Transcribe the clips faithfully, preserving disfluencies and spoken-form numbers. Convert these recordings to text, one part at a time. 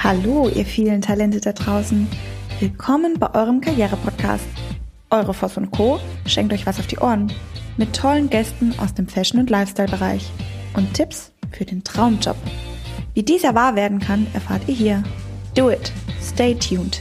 Hallo, ihr vielen Talente da draußen. Willkommen bei eurem Karriere-Podcast. Eure Voss und Co. schenkt euch was auf die Ohren. Mit tollen Gästen aus dem Fashion- und Lifestyle-Bereich. Und Tipps für den Traumjob. Wie dieser wahr werden kann, erfahrt ihr hier. Do it. Stay tuned.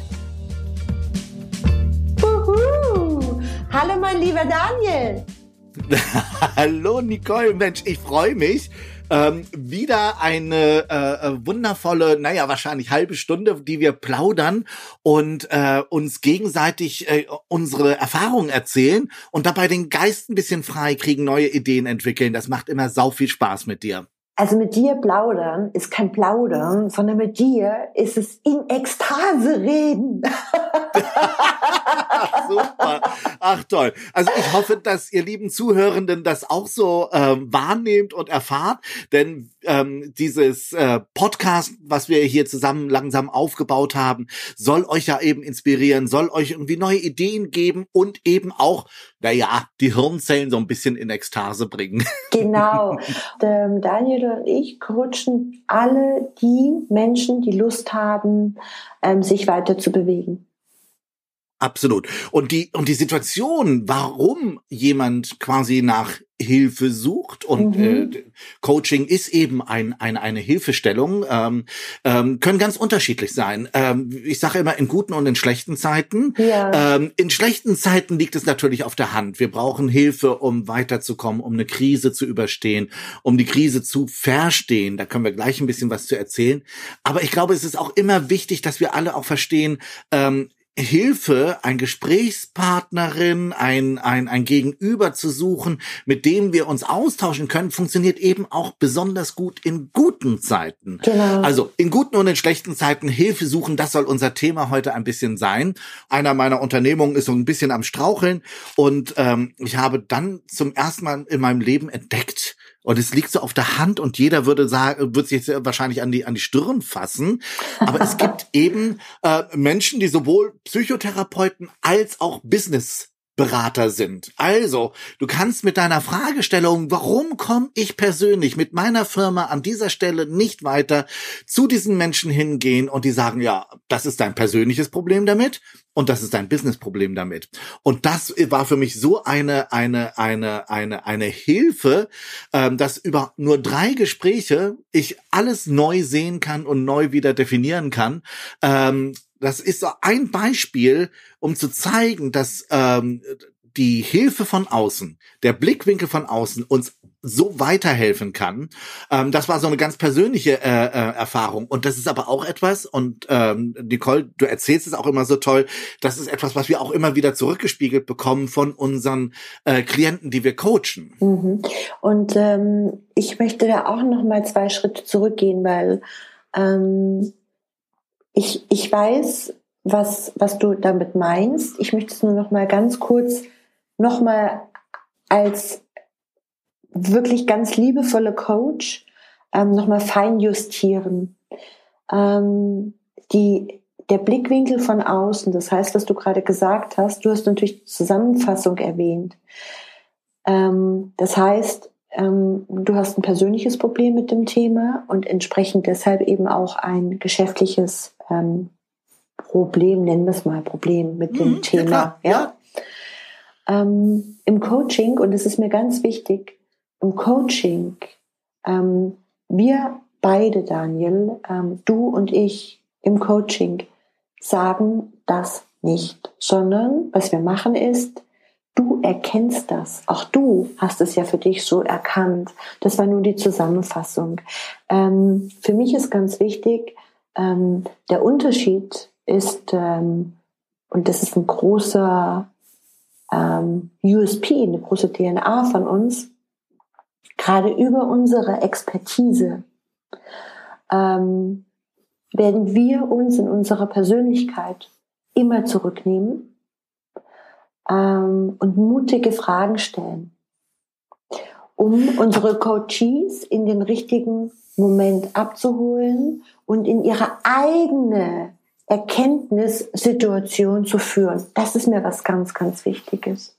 Uhu. Hallo mein lieber Daniel. Hallo Nicole, Mensch, ich freue mich. Ähm, wieder eine äh, wundervolle, naja, wahrscheinlich halbe Stunde, die wir plaudern und äh, uns gegenseitig äh, unsere Erfahrungen erzählen und dabei den Geist ein bisschen frei kriegen, neue Ideen entwickeln. Das macht immer sau viel Spaß mit dir. Also mit dir plaudern ist kein Plaudern, sondern mit dir ist es in Ekstase reden. Super. Ach toll. Also ich hoffe, dass ihr lieben Zuhörenden das auch so ähm, wahrnehmt und erfahrt, denn ähm, dieses äh, Podcast, was wir hier zusammen langsam aufgebaut haben, soll euch ja eben inspirieren, soll euch irgendwie neue Ideen geben und eben auch, naja, die Hirnzellen so ein bisschen in Ekstase bringen. Genau. Ähm, Daniel und ich coachen alle die Menschen, die Lust haben, ähm, sich weiter zu bewegen. Absolut. Und die, und die Situation, warum jemand quasi nach Hilfe sucht und mhm. äh, Coaching ist eben ein, ein, eine Hilfestellung, ähm, ähm, können ganz unterschiedlich sein. Ähm, ich sage immer in guten und in schlechten Zeiten. Ja. Ähm, in schlechten Zeiten liegt es natürlich auf der Hand. Wir brauchen Hilfe, um weiterzukommen, um eine Krise zu überstehen, um die Krise zu verstehen. Da können wir gleich ein bisschen was zu erzählen. Aber ich glaube, es ist auch immer wichtig, dass wir alle auch verstehen, ähm, Hilfe, ein Gesprächspartnerin, ein, ein, ein Gegenüber zu suchen, mit dem wir uns austauschen können, funktioniert eben auch besonders gut in guten Zeiten. Genau. Also in guten und in schlechten Zeiten Hilfe suchen, das soll unser Thema heute ein bisschen sein. Einer meiner Unternehmungen ist so ein bisschen am Straucheln und ähm, ich habe dann zum ersten Mal in meinem Leben entdeckt, und es liegt so auf der Hand und jeder würde sagen, würde sich jetzt wahrscheinlich an die an die Stirn fassen. Aber es gibt eben äh, Menschen, die sowohl Psychotherapeuten als auch Businessberater sind. Also, du kannst mit deiner Fragestellung, warum komme ich persönlich mit meiner Firma an dieser Stelle nicht weiter, zu diesen Menschen hingehen und die sagen, ja, das ist dein persönliches Problem damit. Und das ist ein Businessproblem damit. Und das war für mich so eine eine eine eine eine Hilfe, ähm, dass über nur drei Gespräche ich alles neu sehen kann und neu wieder definieren kann. Ähm, das ist so ein Beispiel, um zu zeigen, dass ähm, die Hilfe von außen, der Blickwinkel von außen uns so weiterhelfen kann. Ähm, das war so eine ganz persönliche äh, äh, Erfahrung. Und das ist aber auch etwas, und ähm, Nicole, du erzählst es auch immer so toll, das ist etwas, was wir auch immer wieder zurückgespiegelt bekommen von unseren äh, Klienten, die wir coachen. Mhm. Und ähm, ich möchte da auch noch mal zwei Schritte zurückgehen, weil ähm, ich, ich weiß, was, was du damit meinst. Ich möchte es nur noch mal ganz kurz noch mal als wirklich ganz liebevolle Coach ähm, nochmal fein justieren. Ähm, die, der Blickwinkel von außen, das heißt, was du gerade gesagt hast, du hast natürlich Zusammenfassung erwähnt. Ähm, das heißt, ähm, du hast ein persönliches Problem mit dem Thema und entsprechend deshalb eben auch ein geschäftliches ähm, Problem, nennen wir es mal Problem mit dem mhm, Thema. Ja, ja? ja. Ähm, im Coaching, und das ist mir ganz wichtig, im Coaching, ähm, wir beide, Daniel, ähm, du und ich im Coaching, sagen das nicht, sondern was wir machen ist, du erkennst das. Auch du hast es ja für dich so erkannt. Das war nur die Zusammenfassung. Ähm, für mich ist ganz wichtig, ähm, der Unterschied ist, ähm, und das ist ein großer ähm, U S P, eine große D N A von uns, gerade über unsere Expertise ähm, werden wir uns in unserer Persönlichkeit immer zurücknehmen ähm, und mutige Fragen stellen, um unsere Coaches in den richtigen Moment abzuholen und in ihre eigene Erkenntnissituation zu führen. Das ist mir was ganz, ganz Wichtiges.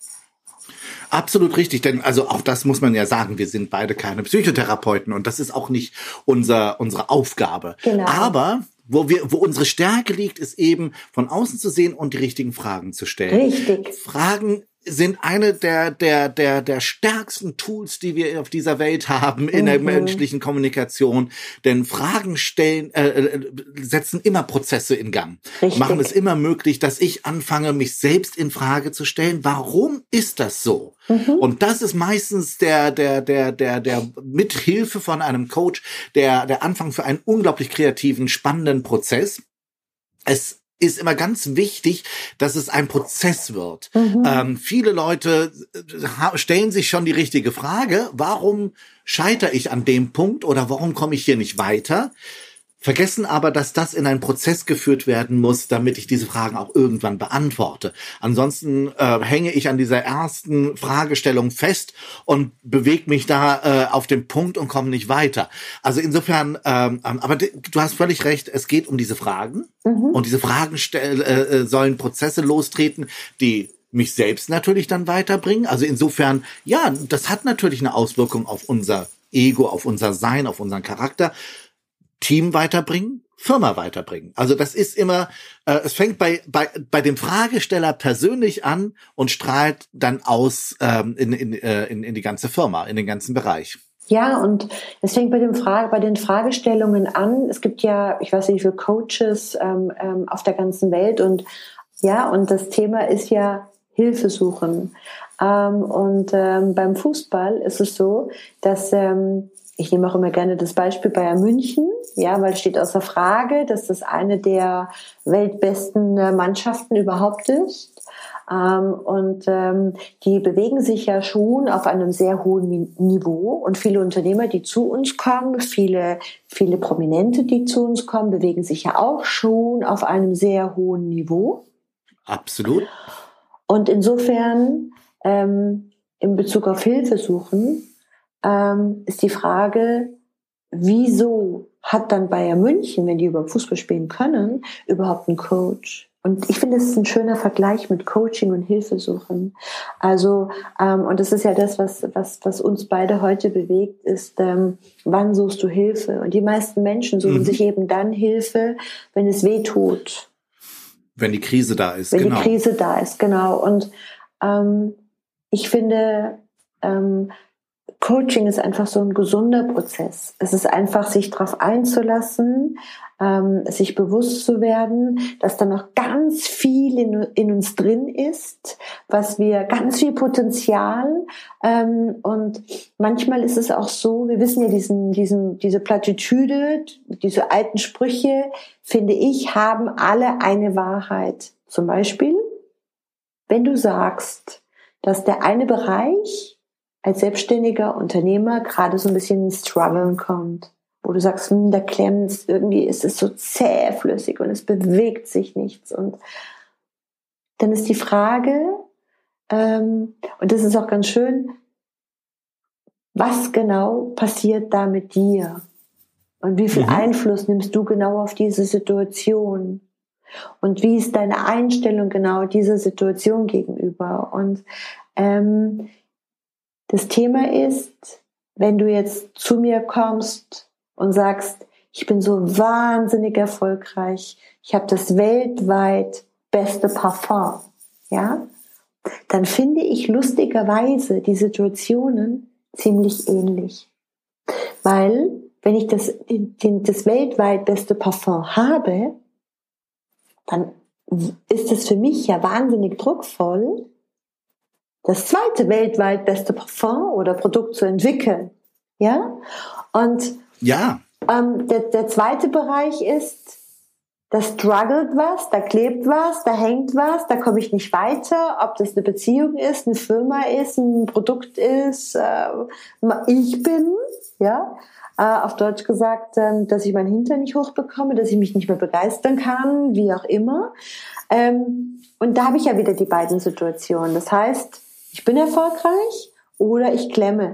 Absolut richtig, denn also auch das muss man ja sagen, wir sind beide keine Psychotherapeuten und das ist auch nicht unser unsere Aufgabe. Genau. Aber wo wir, wo unsere Stärke liegt, ist eben von außen zu sehen und die richtigen Fragen zu stellen. Richtig. Fragen sind eine der, der, der, der stärksten Tools, die wir auf dieser Welt haben in mhm. der menschlichen Kommunikation. Denn Fragen stellen, äh, setzen immer Prozesse in Gang. Richtig. Machen es immer möglich, dass ich anfange, mich selbst in Frage zu stellen. Warum ist das so? Mhm. Und das ist meistens der, der, der, der, der Mithilfe von einem Coach, der, der Anfang für einen unglaublich kreativen, spannenden Prozess. Es ist immer ganz wichtig, dass es ein Prozess wird. Mhm. Ähm, viele Leute stellen sich schon die richtige Frage, warum scheitere ich an dem Punkt oder warum komme ich hier nicht weiter? Vergessen aber, dass das in einen Prozess geführt werden muss, damit ich diese Fragen auch irgendwann beantworte. Ansonsten äh, hänge ich an dieser ersten Fragestellung fest und bewege mich da äh, auf den Punkt und komme nicht weiter. Also insofern, ähm, aber du hast völlig recht, es geht um diese Fragen mhm. und diese Fragen stell, äh, sollen Prozesse lostreten, die mich selbst natürlich dann weiterbringen. Also insofern, ja, das hat natürlich eine Auswirkung auf unser Ego, auf unser Sein, auf unseren Charakter. Team weiterbringen, Firma weiterbringen. Also das ist immer, äh, es fängt bei bei bei dem Fragesteller persönlich an und strahlt dann aus ähm, in, in in in die ganze Firma, in den ganzen Bereich. Ja, und es fängt bei dem Frage, bei den Fragestellungen an. Es gibt ja, ich weiß nicht, wie viele Coaches ähm, ähm, auf der ganzen Welt und ja, und das Thema ist ja Hilfe suchen. Ähm, und ähm, beim Fußball ist es so, dass ähm, ich nehme auch immer gerne das Beispiel Bayern München, ja, weil es steht außer Frage, dass das eine der weltbesten Mannschaften überhaupt ist. Ähm, und ähm, die bewegen sich ja schon auf einem sehr hohen Niveau. Und viele Unternehmer, die zu uns kommen, viele, viele Prominente, die zu uns kommen, bewegen sich ja auch schon auf einem sehr hohen Niveau. Absolut. Und insofern, ähm, in Bezug auf Hilfe suchen, Ähm, ist die Frage, wieso hat dann Bayern München, wenn die über Fußball spielen können, überhaupt einen Coach? Und ich finde, es ist ein schöner Vergleich mit Coaching und Hilfe suchen. Also, ähm, und das ist ja das, was, was, was uns beide heute bewegt, ist, ähm, wann suchst du Hilfe? Und die meisten Menschen suchen mhm. sich eben dann Hilfe, wenn es weh tut. Wenn die Krise da ist, wenn genau. Wenn die Krise da ist, genau. Und ähm, ich finde, ähm, Coaching ist einfach so ein gesunder Prozess. Es ist einfach, sich darauf einzulassen, ähm, sich bewusst zu werden, dass da noch ganz viel in, in uns drin ist, was wir, ganz viel Potenzial. Ähm, und manchmal ist es auch so, wir wissen ja diesen, diesen, diese Plattitüde, diese alten Sprüche, finde ich, haben alle eine Wahrheit. Zum Beispiel, wenn du sagst, dass der eine Bereich als selbstständiger Unternehmer gerade so ein bisschen ins Struggeln kommt, wo du sagst, hm, da klemmt's, irgendwie ist es so zähflüssig und es bewegt sich nichts. Und dann ist die Frage, ähm, und das ist auch ganz schön, was genau passiert da mit dir? Und wie viel mhm. Einfluss nimmst du genau auf diese Situation? Und wie ist deine Einstellung genau dieser Situation gegenüber? Und ähm, das Thema ist, wenn du jetzt zu mir kommst und sagst, ich bin so wahnsinnig erfolgreich, ich habe das weltweit beste Parfum, ja, dann finde ich lustigerweise die Situationen ziemlich ähnlich. Weil, wenn ich das, den, das weltweit beste Parfum habe, dann ist es für mich ja wahnsinnig druckvoll, das zweite weltweit beste Parfum oder Produkt zu entwickeln. Ja? Und ja. Ähm, der, der zweite Bereich ist, da struggelt was, da klebt was, da hängt was, da komme ich nicht weiter, ob das eine Beziehung ist, eine Firma ist, ein Produkt ist, äh, ich bin, ja, äh, auf Deutsch gesagt, äh, dass ich meinen Hintern nicht hochbekomme, dass ich mich nicht mehr begeistern kann, wie auch immer. Ähm, und da habe ich ja wieder die beiden Situationen. Das heißt, ich bin erfolgreich oder ich klemme.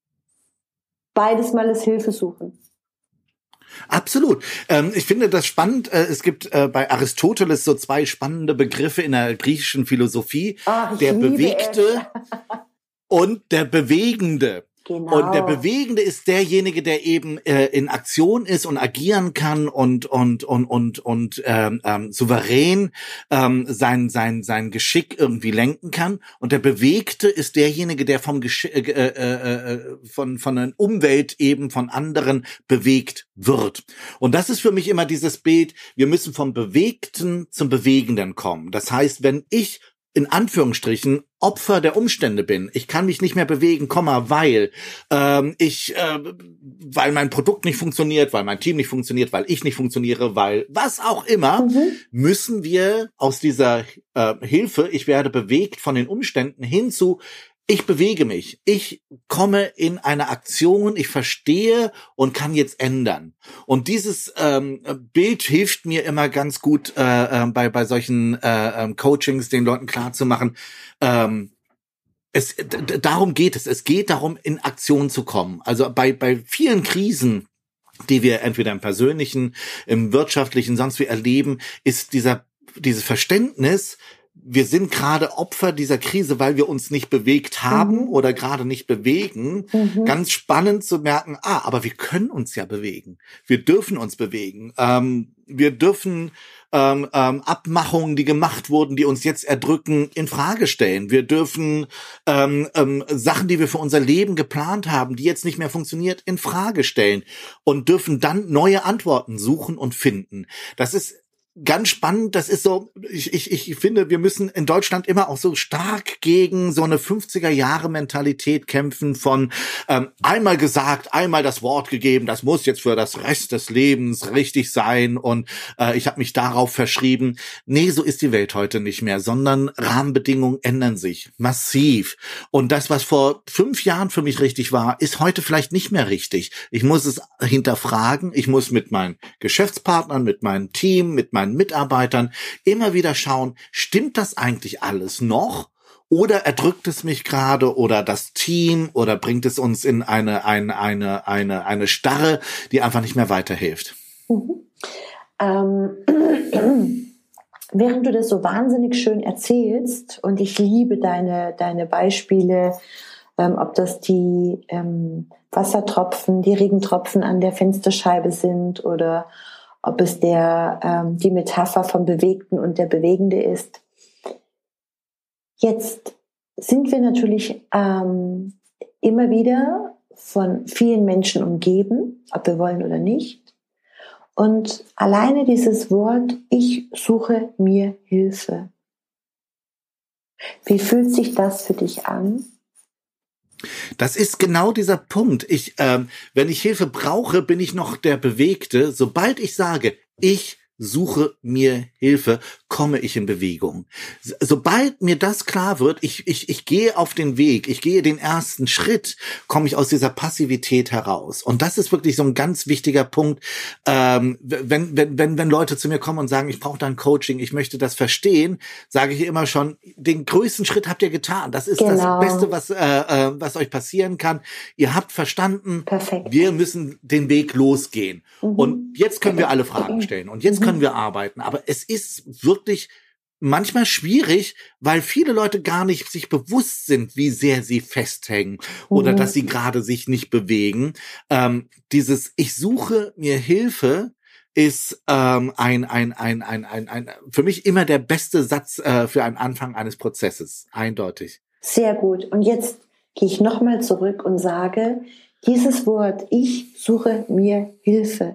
Beides mal ist Hilfe suchen. Absolut. Ähm, ich finde das spannend. Äh, es gibt äh, bei Aristoteles so zwei spannende Begriffe in der griechischen Philosophie. Ach, der Bewegte und der Bewegende. Genau. Und der Bewegende ist derjenige, der eben äh, in Aktion ist und agieren kann und und und und und ähm, ähm, souverän ähm, sein sein sein Geschick irgendwie lenken kann. Und der Bewegte ist derjenige, der vom Geschick, äh, äh, äh, von von der Umwelt eben von anderen bewegt wird. Und das ist für mich immer dieses Bild: Wir müssen vom Bewegten zum Bewegenden kommen. Das heißt, wenn ich in Anführungsstrichen Opfer der Umstände bin. Ich kann mich nicht mehr bewegen, Komma, weil ähm, ich, äh, weil mein Produkt nicht funktioniert, weil mein Team nicht funktioniert, weil ich nicht funktioniere, weil was auch immer, mhm. müssen wir aus dieser äh, Hilfe, ich werde bewegt von den Umständen, hin zu ich bewege mich, ich komme in eine Aktion, ich verstehe und kann jetzt ändern. Und dieses ähm, Bild hilft mir immer ganz gut äh, äh, bei bei solchen äh, äh, Coachings, den Leuten klarzumachen, ähm, es d- darum geht es. Es geht darum, in Aktion zu kommen. Also bei bei vielen Krisen, die wir entweder im persönlichen, im wirtschaftlichen, sonst wie erleben, ist dieser dieses Verständnis, wir sind gerade Opfer dieser Krise, weil wir uns nicht bewegt haben mhm. oder gerade nicht bewegen. Mhm. Ganz spannend zu merken, ah, aber wir können uns ja bewegen. Wir dürfen uns bewegen. Ähm, wir dürfen ähm, ähm, Abmachungen, die gemacht wurden, die uns jetzt erdrücken, in Frage stellen. Wir dürfen ähm, ähm, Sachen, die wir für unser Leben geplant haben, die jetzt nicht mehr funktioniert, in Frage stellen und dürfen dann neue Antworten suchen und finden. Das ist ganz spannend, das ist so, ich, ich, ich finde, wir müssen in Deutschland immer auch so stark gegen so eine fünfziger-Jahre-Mentalität kämpfen von ähm, einmal gesagt, einmal das Wort gegeben, das muss jetzt für das Rest des Lebens richtig sein und äh, ich habe mich darauf verschrieben. Nee, so ist die Welt heute nicht mehr, sondern Rahmenbedingungen ändern sich massiv. Und das, was vor fünf Jahren für mich richtig war, ist heute vielleicht nicht mehr richtig. Ich muss es hinterfragen, ich muss mit meinen Geschäftspartnern, mit meinem Team, mit meinen Mitarbeitern immer wieder schauen, stimmt das eigentlich alles noch? Oder erdrückt es mich gerade oder das Team oder bringt es uns in eine, eine, eine, eine, eine Starre, die einfach nicht mehr weiterhilft? Mhm. Ähm, während du das so wahnsinnig schön erzählst und ich liebe deine, deine Beispiele, ähm, ob das die ähm, Wassertropfen, die Regentropfen an der Fensterscheibe sind oder ob es der ähm, die Metapher vom Bewegten und der Bewegende ist. Jetzt sind wir natürlich ähm, immer wieder von vielen Menschen umgeben, ob wir wollen oder nicht. Und alleine dieses Wort, ich suche mir Hilfe. Wie fühlt sich das für dich an? Das ist genau dieser Punkt. Ich, ähm, wenn ich Hilfe brauche, bin ich noch der Bewegte. Sobald ich sage, ich suche mir Hilfe, komme ich in Bewegung. Sobald mir das klar wird, ich, ich, ich gehe auf den Weg, ich gehe den ersten Schritt, komme ich aus dieser Passivität heraus. Und das ist wirklich so ein ganz wichtiger Punkt. Ähm, wenn, wenn, wenn, wenn Leute zu mir kommen und sagen, ich brauche da ein Coaching, ich möchte das verstehen, sage ich immer schon, den größten Schritt habt ihr getan. Das ist genau das Beste, was, äh, was euch passieren kann. Ihr habt verstanden, perfekt, wir müssen den Weg losgehen. Mhm. Und jetzt können wir alle Fragen stellen. Und jetzt können wir arbeiten. Aber es ist wirklich manchmal schwierig, weil viele Leute gar nicht sich bewusst sind, wie sehr sie festhängen oder mhm. dass sie gerade sich nicht bewegen. Ähm, dieses Ich suche mir Hilfe ist ähm, ein, ein, ein, ein, ein, ein, für mich immer der beste Satz äh, für einen Anfang eines Prozesses. Eindeutig. Sehr gut. Und jetzt gehe ich nochmal zurück und sage, dieses Wort, ich suche mir Hilfe,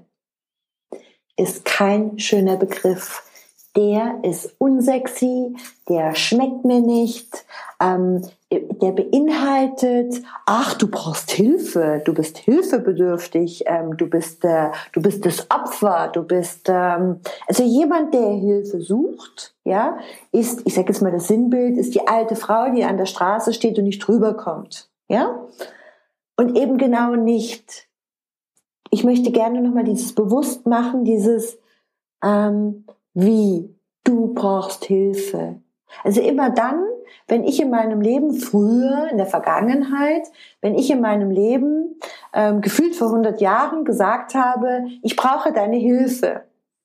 ist kein schöner Begriff. Der ist unsexy, der schmeckt mir nicht, ähm, der beinhaltet, ach, du brauchst Hilfe, du bist hilfebedürftig, ähm, du bist äh, du bist das Opfer, du bist ähm, also jemand, der Hilfe sucht, ja, ist, ich sage jetzt mal das Sinnbild, ist die alte Frau, die an der Straße steht und nicht drüber kommt, ja, und eben genau nicht. Ich möchte gerne nochmal dieses bewusst machen, dieses ähm, wie, du brauchst Hilfe. Also immer dann, wenn ich in meinem Leben früher, in der Vergangenheit, wenn ich in meinem Leben ähm, gefühlt vor hundert Jahren gesagt habe, ich brauche deine Hilfe,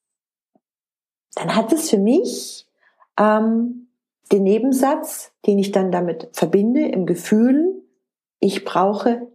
dann hat es für mich ähm, den Nebensatz, den ich dann damit verbinde, im Gefühl, ich brauche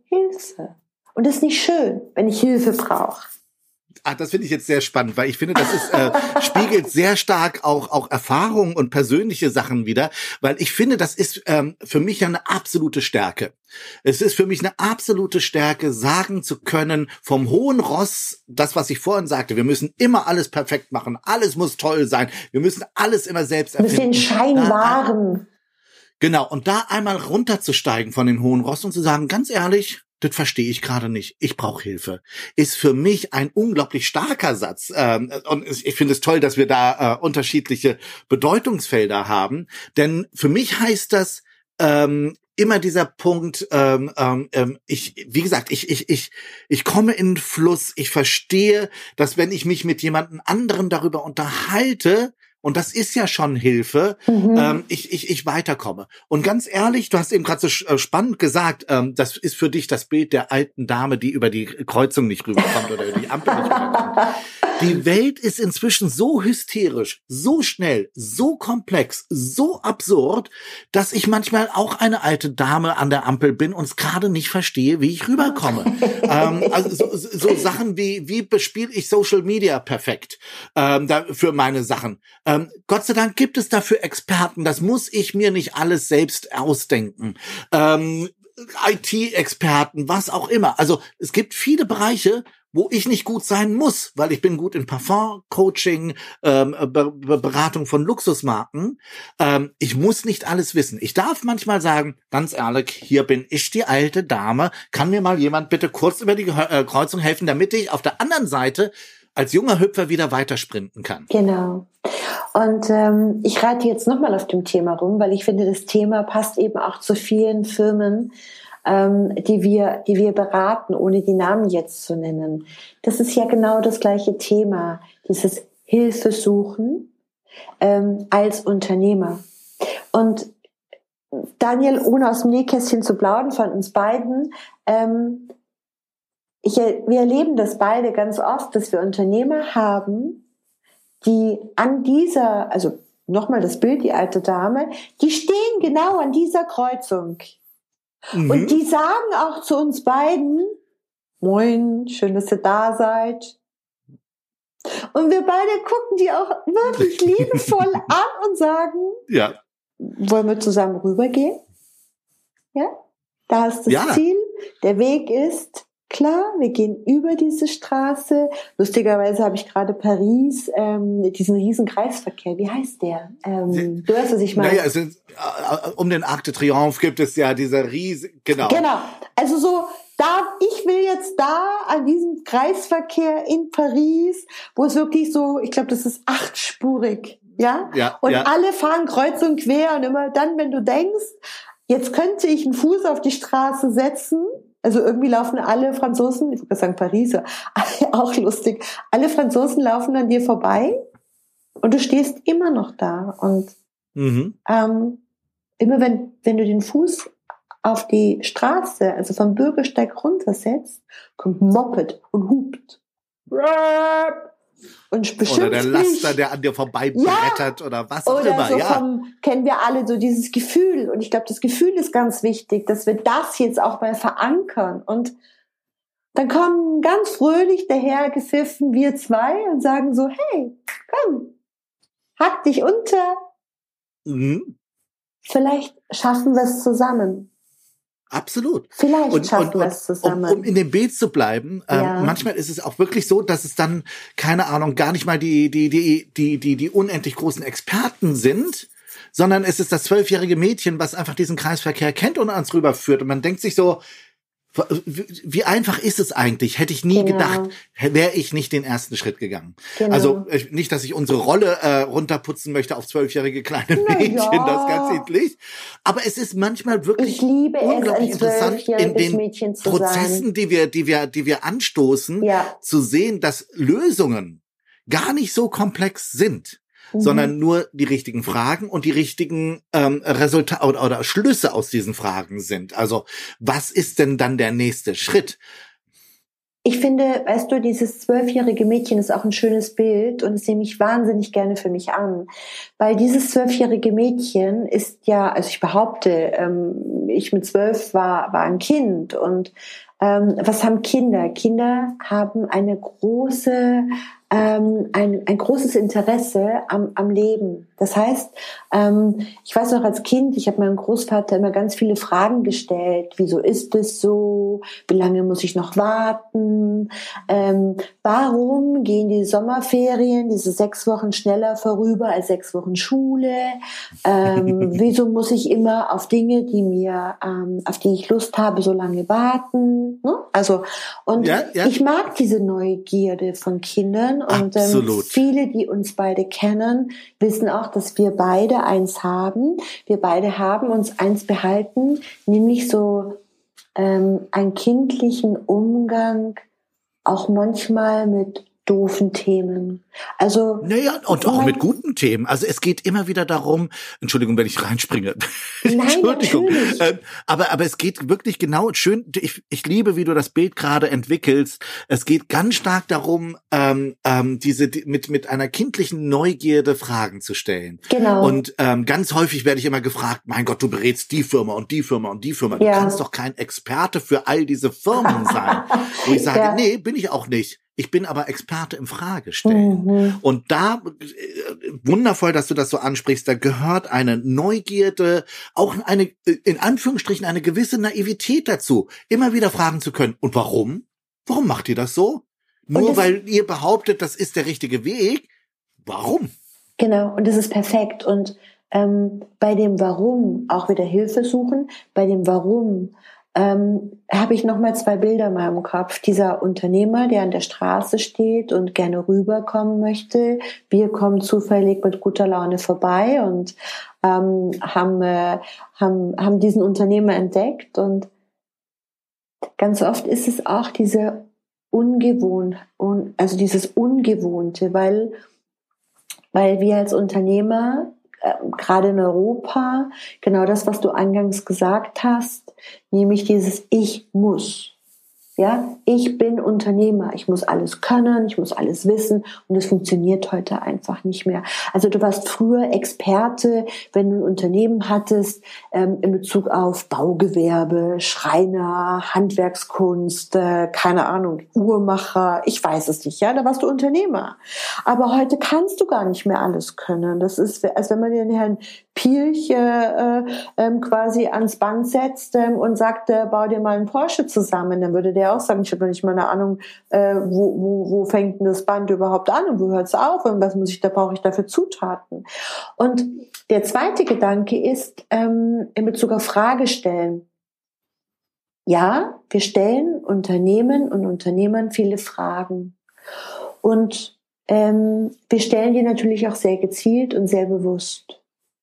Hilfe. Und das ist nicht schön, wenn ich Hilfe brauche. Ah, das finde ich jetzt sehr spannend, weil ich finde, das ist, äh, spiegelt sehr stark auch auch Erfahrungen und persönliche Sachen wider, weil ich finde, das ist ähm, für mich ja eine absolute Stärke. Es ist für mich eine absolute Stärke, sagen zu können, vom hohen Ross, das, was ich vorhin sagte, wir müssen immer alles perfekt machen, alles muss toll sein, wir müssen alles immer selbst erfinden. Wir müssen den Schein da, wahren. Genau, und da einmal runterzusteigen von den hohen Ross und zu sagen, ganz ehrlich, das verstehe ich gerade nicht. Ich brauche Hilfe. Ist für mich ein unglaublich starker Satz. Ähm, und ich finde es toll, dass wir da äh, unterschiedliche Bedeutungsfelder haben. Denn für mich heißt das ähm, immer dieser Punkt, ähm, ähm, ich, wie gesagt, ich, ich, ich, ich komme in den Fluss. Ich verstehe, dass wenn ich mich mit jemandem anderen darüber unterhalte, und das ist ja schon Hilfe, mhm. ähm, ich, ich, ich weiterkomme. Und ganz ehrlich, du hast eben gerade so spannend gesagt, ähm, das ist für dich das Bild der alten Dame, die über die Kreuzung nicht rüberkommt oder über die Ampel nicht rüberkommt. Die Welt ist inzwischen so hysterisch, so schnell, so komplex, so absurd, dass ich manchmal auch eine alte Dame an der Ampel bin und es gerade nicht verstehe, wie ich rüberkomme. ähm, also so, so Sachen wie, wie bespiele ich Social Media perfekt ähm, da, für meine Sachen. Ähm, Gott sei Dank gibt es dafür Experten, das muss ich mir nicht alles selbst ausdenken. Ähm, I T-Experten, was auch immer. Also es gibt viele Bereiche, wo ich nicht gut sein muss, weil ich bin gut in Parfum, Coaching, ähm, Be- Be- Beratung von Luxusmarken. Ähm, ich muss nicht alles wissen. Ich darf manchmal sagen, ganz ehrlich, hier bin ich die alte Dame. Kann mir mal jemand bitte kurz über die äh, Kreuzung helfen, damit ich auf der anderen Seite als junger Hüpfer wieder weitersprinten kann? Genau. Und ähm, ich reite jetzt nochmal auf dem Thema rum, weil ich finde, das Thema passt eben auch zu vielen Firmen, ähm, die wir, die wir beraten, ohne die Namen jetzt zu nennen. Das ist ja genau das gleiche Thema, dieses Hilfe suchen ähm, als Unternehmer. Und Daniel, ohne aus dem Nähkästchen zu plaudern von uns beiden, ähm, ich, wir erleben das beide ganz oft, dass wir Unternehmer haben, die an dieser, also nochmal das Bild, die alte Dame, die stehen genau an dieser Kreuzung. Mhm. Und die sagen auch zu uns beiden, moin, schön, dass ihr da seid. Und wir beide gucken die auch wirklich liebevoll an und sagen, ja. Wollen wir zusammen rübergehen? Ja, da ist das ja. Ziel. Der Weg ist klar, wir gehen über diese Straße. Lustigerweise habe ich gerade Paris, ähm, diesen riesen Kreisverkehr. Wie heißt der? Ähm, du weißt, was ich meine. Naja, es sind, äh, um den Arc de Triomphe gibt es ja dieser riesen, genau. Genau, also so, da, ich will jetzt da an diesem Kreisverkehr in Paris, wo es wirklich so, ich glaube, das ist achtspurig, ja? Ja, und ja. alle fahren kreuz und quer und immer dann, wenn du denkst, jetzt könnte ich einen Fuß auf die Straße setzen. Also irgendwie laufen alle Franzosen, ich würde sagen Pariser, auch lustig, alle Franzosen laufen an dir vorbei und du stehst immer noch da. Und mhm. ähm, immer wenn, wenn du den Fuß auf die Straße, also vom Bürgersteig runtersetzt, kommt ein Moped und hupt. Und beschimpft oder der Laster, mich. Der an dir vorbei brettert ja. oder was auch oder immer. So ja. vom, kennen wir alle so dieses Gefühl. Und ich glaube, das Gefühl ist ganz wichtig, dass wir das jetzt auch mal verankern. Und dann kommen ganz fröhlich daher gepfiffen wir zwei und sagen so, hey, komm, hack dich unter. Mhm. Vielleicht schaffen wir es zusammen. Absolut. Vielleicht und, schaffen und, wir es zusammen. Um, um in dem Bild zu bleiben, ja. ähm, manchmal ist es auch wirklich so, dass es dann, keine Ahnung, gar nicht mal die, die, die, die, die, die unendlich großen Experten sind, sondern es ist das zwölfjährige Mädchen, was einfach diesen Kreisverkehr kennt und ans rüberführt. Und man denkt sich so, wie einfach ist es eigentlich? Hätte ich nie genau. gedacht, wäre ich nicht den ersten Schritt gegangen. Genau. Also nicht, dass ich unsere Rolle äh, runterputzen möchte auf zwölfjährige kleine Mädchen, ja. das ganz niedlich. Aber es ist manchmal wirklich ich liebe unglaublich es, interessant, in den Mädchen zu Prozessen, sein. die wir, die wir, die wir anstoßen, ja. zu sehen, dass Lösungen gar nicht so komplex sind. Mhm. Sondern nur die richtigen Fragen und die richtigen ähm, Resultate oder, oder Schlüsse aus diesen Fragen sind. Also was ist denn dann der nächste Schritt? ich finde, weißt du, dieses zwölfjährige Mädchen ist auch ein schönes Bild und das nehme ich wahnsinnig gerne für mich an. Weil dieses zwölfjährige Mädchen ist ja, also ich behaupte, ähm, ich mit zwölf war, war ein Kind und ähm, was haben Kinder? Kinder haben eine große, ähm, ein, ein großes Interesse am, am Leben. Das heißt, ähm, ich weiß noch als Kind, ich habe meinem Großvater immer ganz viele Fragen gestellt. Wieso ist es so? Wie lange muss ich noch warten? Ähm, warum gehen die Sommerferien, diese sechs Wochen schneller vorüber als sechs Wochen Schule? Ähm, wieso muss ich immer auf Dinge, die mir, ähm, auf die ich Lust habe, so lange warten? Ne? Also, und ja, ja. ich mag diese Neugierde von Kindern und ähm, viele, die uns beide kennen, wissen auch, dass wir beide eins haben. Wir beide haben uns eins behalten, nämlich so ähm, einen kindlichen Umgang, auch manchmal mit doofen Themen. Also naja, und auch mit guten Themen. Also es geht immer wieder darum, Entschuldigung, wenn ich reinspringe. Nein, Entschuldigung. natürlich. Ähm, aber, aber es geht wirklich genau schön, ich, ich liebe, wie du das Bild gerade entwickelst. Es geht ganz stark darum, ähm, ähm, diese die, mit, mit einer kindlichen Neugierde Fragen zu stellen. Genau. Und ähm, ganz häufig werde ich immer gefragt, mein Gott, du berätst die Firma und die Firma und die Firma. Du ja. kannst doch kein Experte für all diese Firmen sein. Wo ich sage, ja. nee, bin ich auch nicht. Ich bin aber Experte im Fragestellen. Mhm. Und da, wundervoll, dass du das so ansprichst, da gehört eine Neugierde, auch eine, in Anführungsstrichen, eine gewisse Naivität dazu, immer wieder fragen zu können. Und warum? Warum macht ihr das so? Nur das, weil ihr behauptet, das ist der richtige Weg? Warum? Genau, und das ist perfekt. Und ähm, bei dem Warum auch wieder Hilfe suchen, bei dem Warum Ähm, habe ich nochmal zwei Bilder in meinem Kopf. Dieser Unternehmer, der an der Straße steht und gerne rüberkommen möchte. Wir kommen zufällig mit guter Laune vorbei und ähm, haben, äh, haben, haben diesen Unternehmer entdeckt. Und ganz oft ist es auch diese Ungewohnt, also dieses Ungewohnte, weil, weil wir als Unternehmer gerade in Europa, genau das, was du eingangs gesagt hast, nämlich dieses Ich muss. Ja, ich bin Unternehmer, ich muss alles können, ich muss alles wissen und es funktioniert heute einfach nicht mehr. Also du warst früher Experte, wenn du ein Unternehmen hattest, ähm, in Bezug auf Baugewerbe, Schreiner, Handwerkskunst, äh, keine Ahnung, Uhrmacher, ich weiß es nicht, ja, da warst du Unternehmer. Aber heute kannst du gar nicht mehr alles können. Das ist, als wenn man den Herrn Pielch äh, äh, quasi ans Band setzt äh, und sagt, äh, bau dir mal einen Porsche zusammen, dann würde der auch sagen, ich habe noch nicht mal eine Ahnung, äh, wo, wo, wo fängt denn das Band überhaupt an und wo hört es auf und was muss ich, da brauche ich dafür Zutaten. Und der zweite Gedanke ist ähm, in Bezug auf Fragestellen. Ja, wir stellen Unternehmen und Unternehmern viele Fragen und ähm, wir stellen die natürlich auch sehr gezielt und sehr bewusst.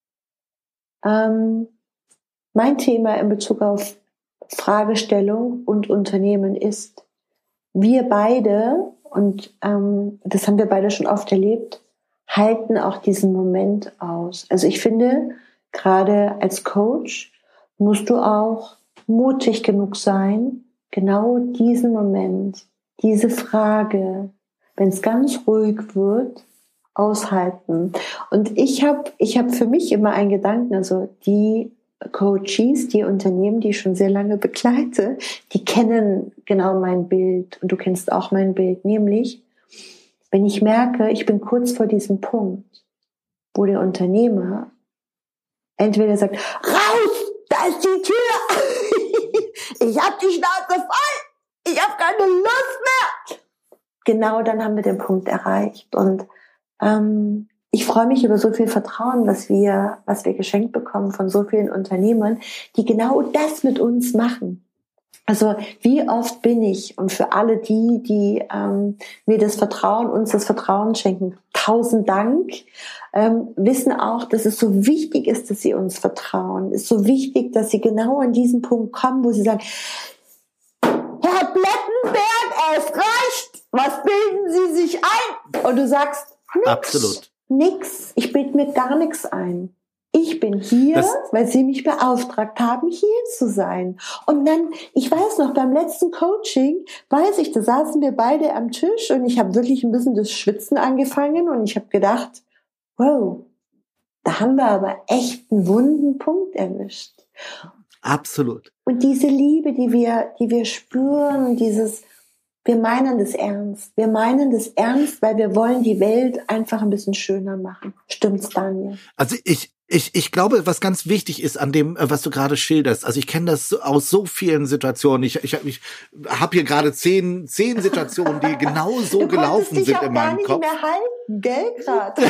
Ähm, mein Thema in Bezug auf Fragestellung und Unternehmen ist, wir beide, und ähm, das haben wir beide schon oft erlebt, halten auch diesen Moment aus. Also ich finde, gerade als Coach musst du auch mutig genug sein, genau diesen Moment, diese Frage, wenn es ganz ruhig wird, aushalten. Und ich habe ich hab für mich immer einen Gedanken, also die Coaches, die Unternehmen, die ich schon sehr lange begleite, die kennen genau mein Bild und du kennst auch mein Bild, nämlich wenn ich merke, ich bin kurz vor diesem Punkt, wo der Unternehmer entweder sagt, raus, da ist die Tür, ich hab die Schnauze voll, ich habe keine Lust mehr. Genau dann haben wir den Punkt erreicht und ähm, ich freue mich über so viel Vertrauen, was wir, was wir geschenkt bekommen von so vielen Unternehmern, die genau das mit uns machen. Also wie oft bin ich, und für alle die, die ähm, mir das Vertrauen, uns das Vertrauen schenken, tausend Dank, ähm, wissen auch, dass es so wichtig ist, dass sie uns vertrauen. Es ist so wichtig, dass sie genau an diesen Punkt kommen, wo sie sagen, Herr Plettenberg, es reicht, was bilden Sie sich ein? Und du sagst, nix. Absolut. Nix, ich bilde mir gar nichts ein. Ich bin hier, das, weil Sie mich beauftragt haben, hier zu sein. Und dann, ich weiß noch, beim letzten Coaching, weiß ich, da saßen wir beide am Tisch und ich habe wirklich ein bisschen das Schwitzen angefangen und ich habe gedacht, wow, da haben wir aber echt einen wunden Punkt erwischt. Absolut. Und diese Liebe, die wir, die wir spüren, dieses, wir meinen das ernst. Wir meinen das ernst, weil wir wollen die Welt einfach ein bisschen schöner machen. Stimmt's, Daniel? Also ich, Ich, ich glaube, was ganz wichtig ist an dem, was du gerade schilderst, also ich kenne das aus so vielen Situationen. Ich, ich, ich habe hier gerade zehn, zehn Situationen, die genau so du gelaufen dich sind auch in gar meinem nicht Kopf. Mehr halten, gell, gerade?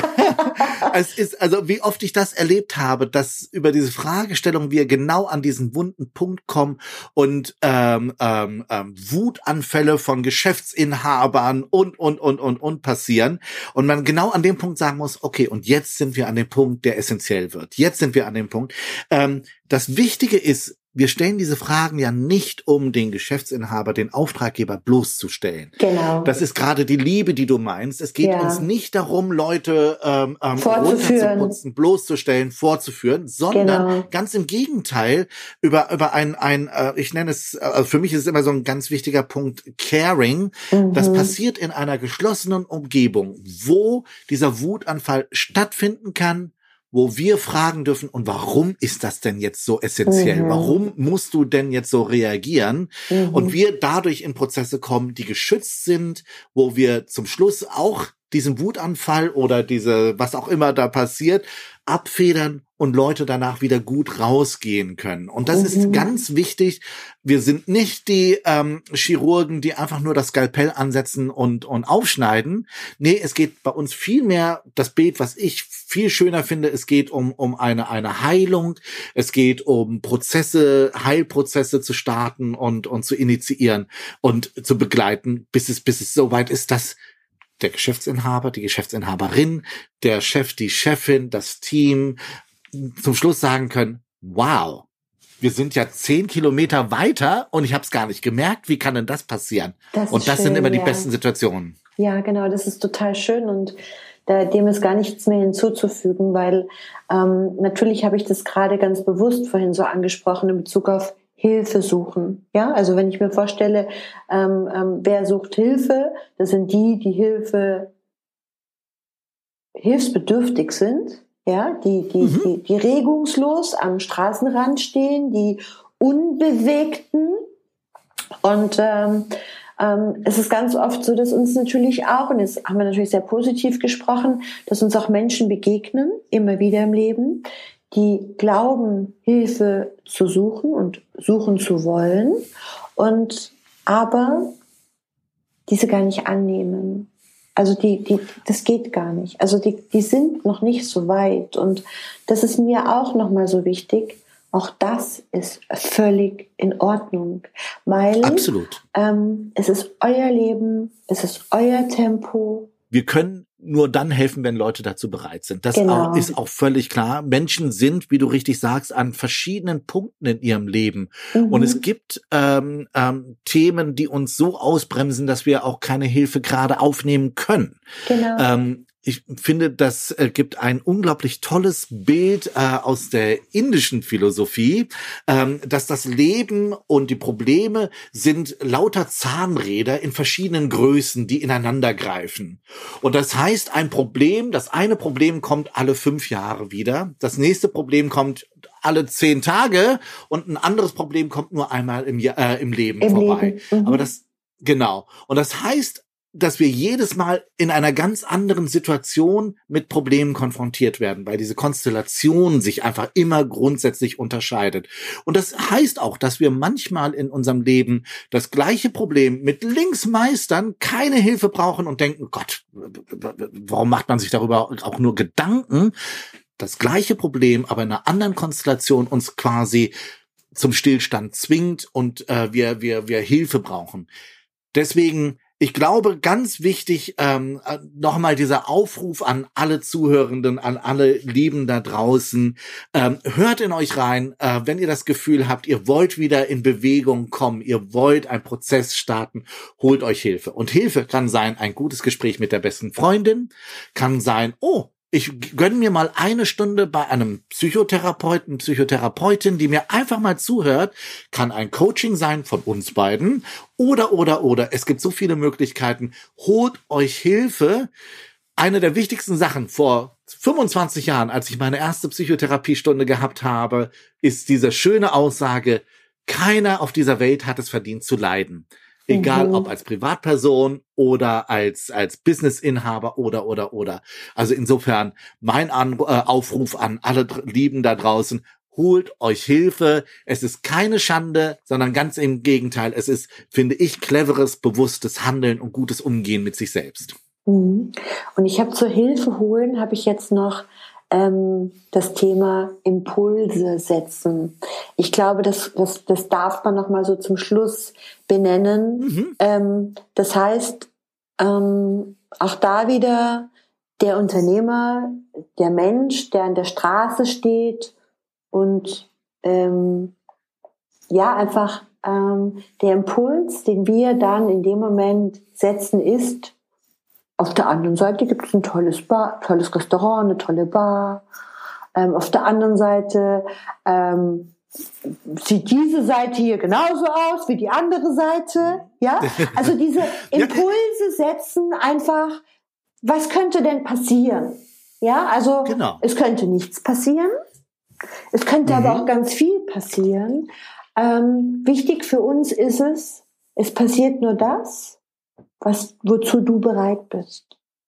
Es ist, also wie oft ich das erlebt habe, dass über diese Fragestellung wir genau an diesen wunden Punkt kommen und ähm, ähm, ähm, Wutanfälle von Geschäftsinhabern und, und, und, und, und passieren. Und man genau an dem Punkt sagen muss, okay, und jetzt sind wir an dem Punkt, der essentiell wird. Jetzt sind wir an dem Punkt. Ähm, das Wichtige ist, wir stellen diese Fragen ja nicht, um den Geschäftsinhaber, den Auftraggeber bloßzustellen. Genau. Das ist gerade die Liebe, die du meinst. Es geht ja. uns nicht darum, Leute ähm, ähm, runterzuputzen, bloßzustellen, vorzuführen, sondern genau. ganz im Gegenteil über über ein ein äh, ich nenne es, also für mich ist es immer so ein ganz wichtiger Punkt, Caring. Mhm. Das passiert in einer geschlossenen Umgebung, wo dieser Wutanfall stattfinden kann, wo wir fragen dürfen, und warum ist das denn jetzt so essentiell? Mhm. Warum musst du denn jetzt so reagieren? Mhm. Und wir dadurch in Prozesse kommen, die geschützt sind, wo wir zum Schluss auch diesen Wutanfall oder diese, was auch immer da passiert, abfedern und Leute danach wieder gut rausgehen können. Und das mhm. ist ganz wichtig. Wir sind nicht die ähm, Chirurgen, die einfach nur das Skalpell ansetzen und und aufschneiden. Nee, es geht bei uns viel mehr, das Bild, was ich viel schöner finde, es geht um um eine eine Heilung. Es geht um Prozesse, Heilprozesse zu starten und und zu initiieren und zu begleiten, bis es bis es soweit ist, dass der Geschäftsinhaber, die Geschäftsinhaberin, der Chef, die Chefin, das Team zum Schluss sagen können, wow, wir sind ja zehn Kilometer weiter und ich habe es gar nicht gemerkt. Wie kann denn das passieren? Das und das schön, sind immer die ja. besten Situationen. Ja, genau, das ist total schön und da, dem ist gar nichts mehr hinzuzufügen, weil ähm, natürlich habe ich das gerade ganz bewusst vorhin so angesprochen in Bezug auf Hilfe suchen. Ja, also wenn ich mir vorstelle, ähm, ähm, wer sucht Hilfe, das sind die, die Hilfe hilfsbedürftig sind, ja, die, die, mhm. die, die regungslos am Straßenrand stehen, die Unbewegten. Und ähm, ähm, es ist ganz oft so, dass uns natürlich auch, und jetzt haben wir natürlich sehr positiv gesprochen, dass uns auch Menschen begegnen, immer wieder im Leben, die glauben, Hilfe zu suchen und suchen zu wollen und aber diese gar nicht annehmen. Also die, die, das geht gar nicht. Also die, die sind noch nicht so weit und das ist mir auch nochmal so wichtig. Auch das ist völlig in Ordnung, weil Absolut. Ähm, es ist euer Leben, es ist euer Tempo. Wir können nur dann helfen, wenn Leute dazu bereit sind. Das genau. auch, ist auch völlig klar. Menschen sind, wie du richtig sagst, an verschiedenen Punkten in ihrem Leben. Mhm. Und es gibt ähm, ähm, Themen, die uns so ausbremsen, dass wir auch keine Hilfe gerade aufnehmen können. Genau. Ähm, Ich finde, das äh, gibt ein unglaublich tolles Bild äh, aus der indischen Philosophie, ähm, dass das Leben und die Probleme sind lauter Zahnräder in verschiedenen Größen, die ineinander greifen. Und das heißt, ein Problem, das eine Problem kommt alle fünf Jahre wieder, das nächste Problem kommt alle zehn Tage und ein anderes Problem kommt nur einmal im, Jahr, äh, im Leben Im vorbei. Leben. Mhm. Aber das, genau. Und das heißt, dass wir jedes Mal in einer ganz anderen Situation mit Problemen konfrontiert werden, weil diese Konstellation sich einfach immer grundsätzlich unterscheidet. Und das heißt auch, dass wir manchmal in unserem Leben das gleiche Problem mit links meistern, keine Hilfe brauchen und denken, Gott, warum macht man sich darüber auch nur Gedanken? Das gleiche Problem, aber in einer anderen Konstellation uns quasi zum Stillstand zwingt und äh, wir, wir, wir Hilfe brauchen. Deswegen Ich glaube, ganz wichtig, ähm, nochmal dieser Aufruf an alle Zuhörenden, an alle Lieben da draußen. Ähm, hört in euch rein, äh, wenn ihr das Gefühl habt, ihr wollt wieder in Bewegung kommen, ihr wollt einen Prozess starten, holt euch Hilfe. Und Hilfe kann sein, ein gutes Gespräch mit der besten Freundin, kann sein, oh, ich gönne mir mal eine Stunde bei einem Psychotherapeuten, Psychotherapeutin, die mir einfach mal zuhört. Kann ein Coaching sein von uns beiden oder, oder, oder. Es gibt so viele Möglichkeiten. Holt euch Hilfe. Eine der wichtigsten Sachen vor fünfundzwanzig Jahren, als ich meine erste Psychotherapiestunde gehabt habe, ist diese schöne Aussage, keiner auf dieser Welt hat es verdient zu leiden. Egal, mhm. ob als Privatperson oder als als Businessinhaber oder, oder, oder. Also insofern mein An- äh, Aufruf an alle Lieben da draußen, holt euch Hilfe. Es ist keine Schande, sondern ganz im Gegenteil. Es ist, finde ich, cleveres, bewusstes Handeln und gutes Umgehen mit sich selbst. Mhm. Und ich habe zur Hilfe holen, habe ich jetzt noch ähm, das Thema Impulse setzen. Ich glaube, das, das, das darf man noch mal so zum Schluss benennen. Mhm. Ähm, das heißt, ähm, auch da wieder der Unternehmer, der Mensch, der an der Straße steht und ähm, ja, einfach ähm, der Impuls, den wir dann in dem Moment setzen, ist, auf der anderen Seite gibt es ein tolles Bar, tolles Restaurant, eine tolle Bar. Ähm, auf der anderen Seite ähm, sieht diese Seite hier genauso aus wie die andere Seite. Ja, also diese Impulse setzen einfach. Was könnte denn passieren? Ja, also genau. Es könnte nichts passieren. Es könnte mhm. aber auch ganz viel passieren. Ähm, wichtig für uns ist es, es passiert nur das, was, wozu du bereit bist.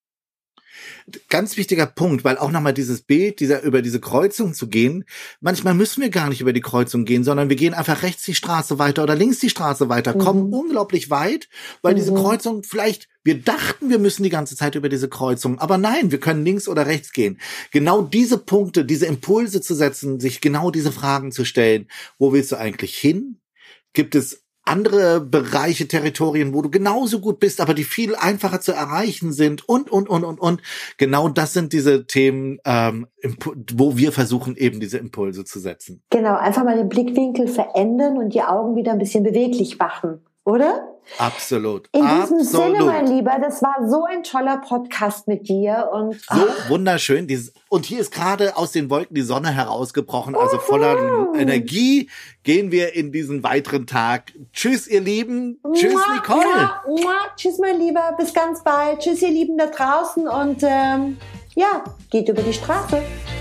Ganz wichtiger Punkt, weil auch nochmal dieses Bild, dieser, über diese Kreuzung zu gehen, manchmal müssen wir gar nicht über die Kreuzung gehen, sondern wir gehen einfach rechts die Straße weiter oder links die Straße weiter, mhm. kommen unglaublich weit, weil mhm. diese Kreuzung vielleicht, wir dachten, wir müssen die ganze Zeit über diese Kreuzung, aber nein, wir können links oder rechts gehen. Genau diese Punkte, diese Impulse zu setzen, sich genau diese Fragen zu stellen, wo willst du eigentlich hin? Gibt es andere Bereiche, Territorien, wo du genauso gut bist, aber die viel einfacher zu erreichen sind und, und, und, und, und. Genau das sind diese Themen, ähm, wo wir versuchen, eben diese Impulse zu setzen. Genau, einfach mal den Blickwinkel verändern und die Augen wieder ein bisschen beweglich machen, oder? Absolut. In diesem Absolut. Sinne, mein Lieber, das war so ein toller Podcast mit dir und so ach. wunderschön. Und hier ist gerade aus den Wolken die Sonne herausgebrochen, also voller uh-huh. Energie gehen wir in diesen weiteren Tag. Tschüss, ihr Lieben. Tschüss, mua, Nicole. Mua, mua. Tschüss, mein Lieber. Bis ganz bald. Tschüss, ihr Lieben da draußen und ähm, ja, geht über die Straße.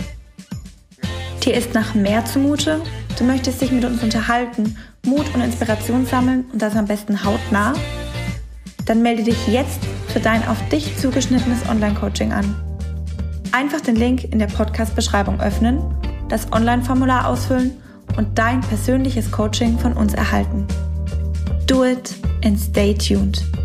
Dir ist nach mehr zumute? Du möchtest dich mit uns unterhalten, Mut und Inspiration sammeln und das am besten hautnah? Dann melde dich jetzt für dein auf dich zugeschnittenes Online-Coaching an. Einfach den Link in der Podcast-Beschreibung öffnen, das Online-Formular ausfüllen und dein persönliches Coaching von uns erhalten. Do it and stay tuned.